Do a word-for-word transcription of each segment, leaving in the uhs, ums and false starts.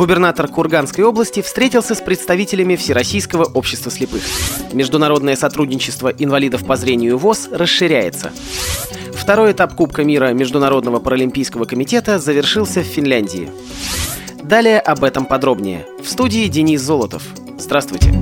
Губернатор Курганской области встретился с представителями Всероссийского общества слепых. Международное сотрудничество инвалидов по зрению ВОС расширяется. Второй этап Кубка мира Международного паралимпийского комитета завершился в Финляндии. Далее об этом подробнее. В студии Денис Золотов. Здравствуйте.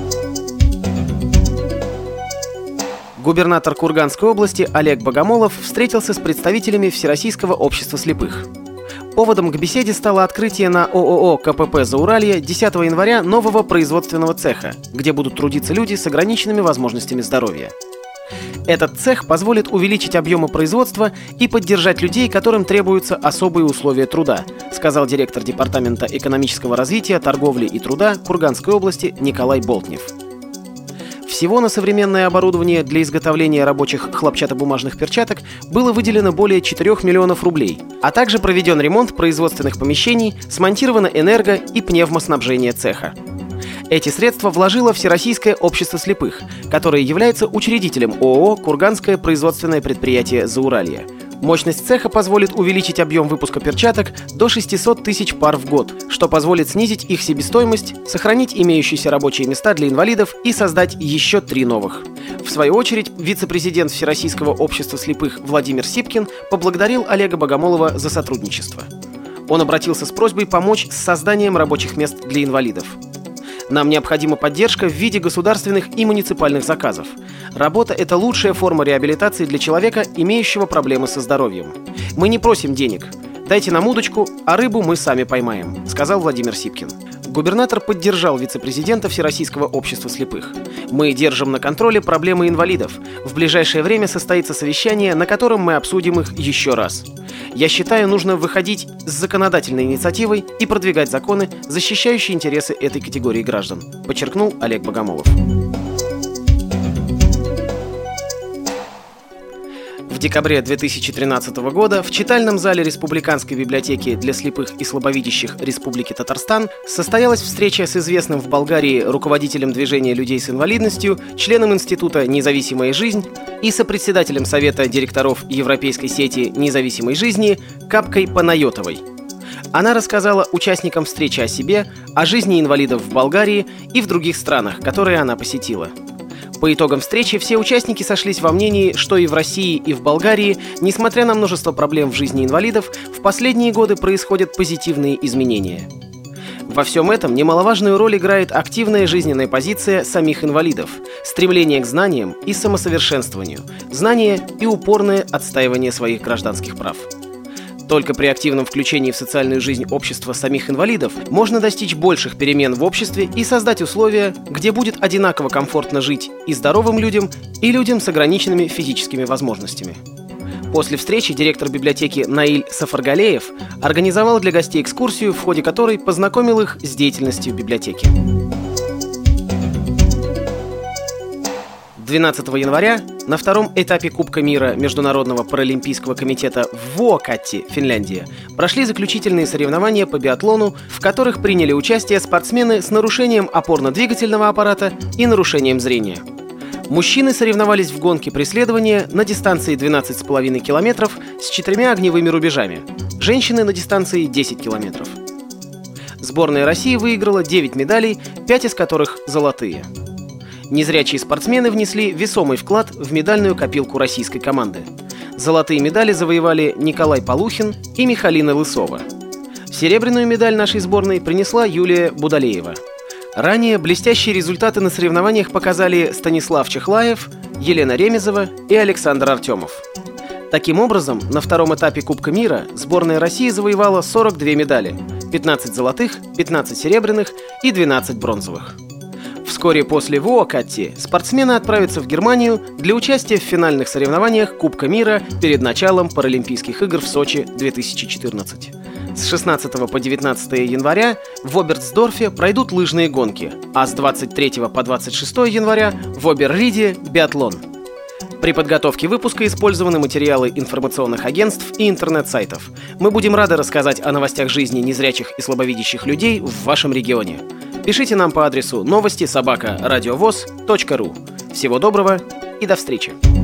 Губернатор Курганской области Олег Богомолов встретился с представителями Всероссийского общества слепых. Поводом к беседе стало открытие на ООО КПП «Зауралье» десятого января нового производственного цеха, где будут трудиться люди с ограниченными возможностями здоровья. Этот цех позволит увеличить объемы производства и поддержать людей, которым требуются особые условия труда, сказал директор Департамента экономического развития, торговли и труда Курганской области Николай Болтнев. Всего на современное оборудование для изготовления рабочих хлопчатобумажных перчаток было выделено более четырёх миллионов рублей, а также проведен ремонт производственных помещений, смонтировано энерго- и пневмоснабжение цеха. Эти средства вложило Всероссийское общество слепых, которое является учредителем ООО «Курганское производственное предприятие «Зауралье». Мощность цеха позволит увеличить объем выпуска перчаток до шестисот тысяч пар в год, что позволит снизить их себестоимость, сохранить имеющиеся рабочие места для инвалидов и создать еще три новых. В свою очередь, вице-президент Всероссийского общества слепых Владимир Сипкин поблагодарил Олега Богомолова за сотрудничество. Он обратился с просьбой помочь с созданием рабочих мест для инвалидов. Нам необходима поддержка в виде государственных и муниципальных заказов. Работа – это лучшая форма реабилитации для человека, имеющего проблемы со здоровьем. Мы не просим денег. Дайте нам удочку, а рыбу мы сами поймаем, сказал Владимир Сипкин. Губернатор поддержал вице-президента Всероссийского общества слепых. Мы держим на контроле проблемы инвалидов. В ближайшее время состоится совещание, на котором мы обсудим их еще раз. Я считаю, нужно выходить с законодательной инициативой и продвигать законы, защищающие интересы этой категории граждан, подчеркнул Олег Богомолов. В декабре две тысячи тринадцатого года в читальном зале Республиканской библиотеки для слепых и слабовидящих Республики Татарстан состоялась встреча с известным в Болгарии руководителем движения людей с инвалидностью, членом Института «Независимая жизнь» и сопредседателем Совета директоров Европейской сети независимой жизни Капкой Панайотовой. Она рассказала участникам встречи о себе, о жизни инвалидов в Болгарии и в других странах, которые она посетила. По итогам встречи все участники сошлись во мнении, что и в России, и в Болгарии, несмотря на множество проблем в жизни инвалидов, в последние годы происходят позитивные изменения. Во всем этом немаловажную роль играет активная жизненная позиция самих инвалидов, стремление к знаниям и самосовершенствованию, знание и упорное отстаивание своих гражданских прав. Только при активном включении в социальную жизнь общества самих инвалидов можно достичь больших перемен в обществе и создать условия, где будет одинаково комфортно жить и здоровым людям, и людям с ограниченными физическими возможностями. После встречи директор библиотеки Наиль Сафаргалеев организовал для гостей экскурсию, в ходе которой познакомил их с деятельностью библиотеки. двенадцатого января на втором этапе Кубка мира Международного паралимпийского комитета в Вуокатти, Финляндия, прошли заключительные соревнования по биатлону, в которых приняли участие спортсмены с нарушением опорно-двигательного аппарата и нарушением зрения. Мужчины соревновались в гонке преследования на дистанции двенадцать с половиной километров с четырьмя огневыми рубежами, женщины на дистанции десять километров. Сборная России выиграла девять медалей, пять из которых золотые. Незрячие спортсмены внесли весомый вклад в медальную копилку российской команды. Золотые медали завоевали Николай Полухин и Михалина Лысова. Серебряную медаль нашей сборной принесла Юлия Будалеева. Ранее блестящие результаты на соревнованиях показали Станислав Чехлаев, Елена Ремезова и Александр Артемов. Таким образом, на втором этапе Кубка мира сборная России завоевала сорок две медали – пятнадцать золотых, пятнадцать серебряных и двенадцать бронзовых. Вскоре после Вуокатти спортсмены отправятся в Германию для участия в финальных соревнованиях Кубка мира перед началом Паралимпийских игр в Сочи две тысячи четырнадцать. С шестнадцатого по девятнадцатое января в Оберстдорфе пройдут лыжные гонки, а с двадцать третьего по двадцать шестое января в Оберриде – биатлон. При подготовке выпуска использованы материалы информационных агентств и интернет-сайтов. Мы будем рады рассказать о новостях жизни незрячих и слабовидящих людей в вашем регионе. Пишите нам по адресу новости собака радиовоз точка ру. Всего доброго и до встречи!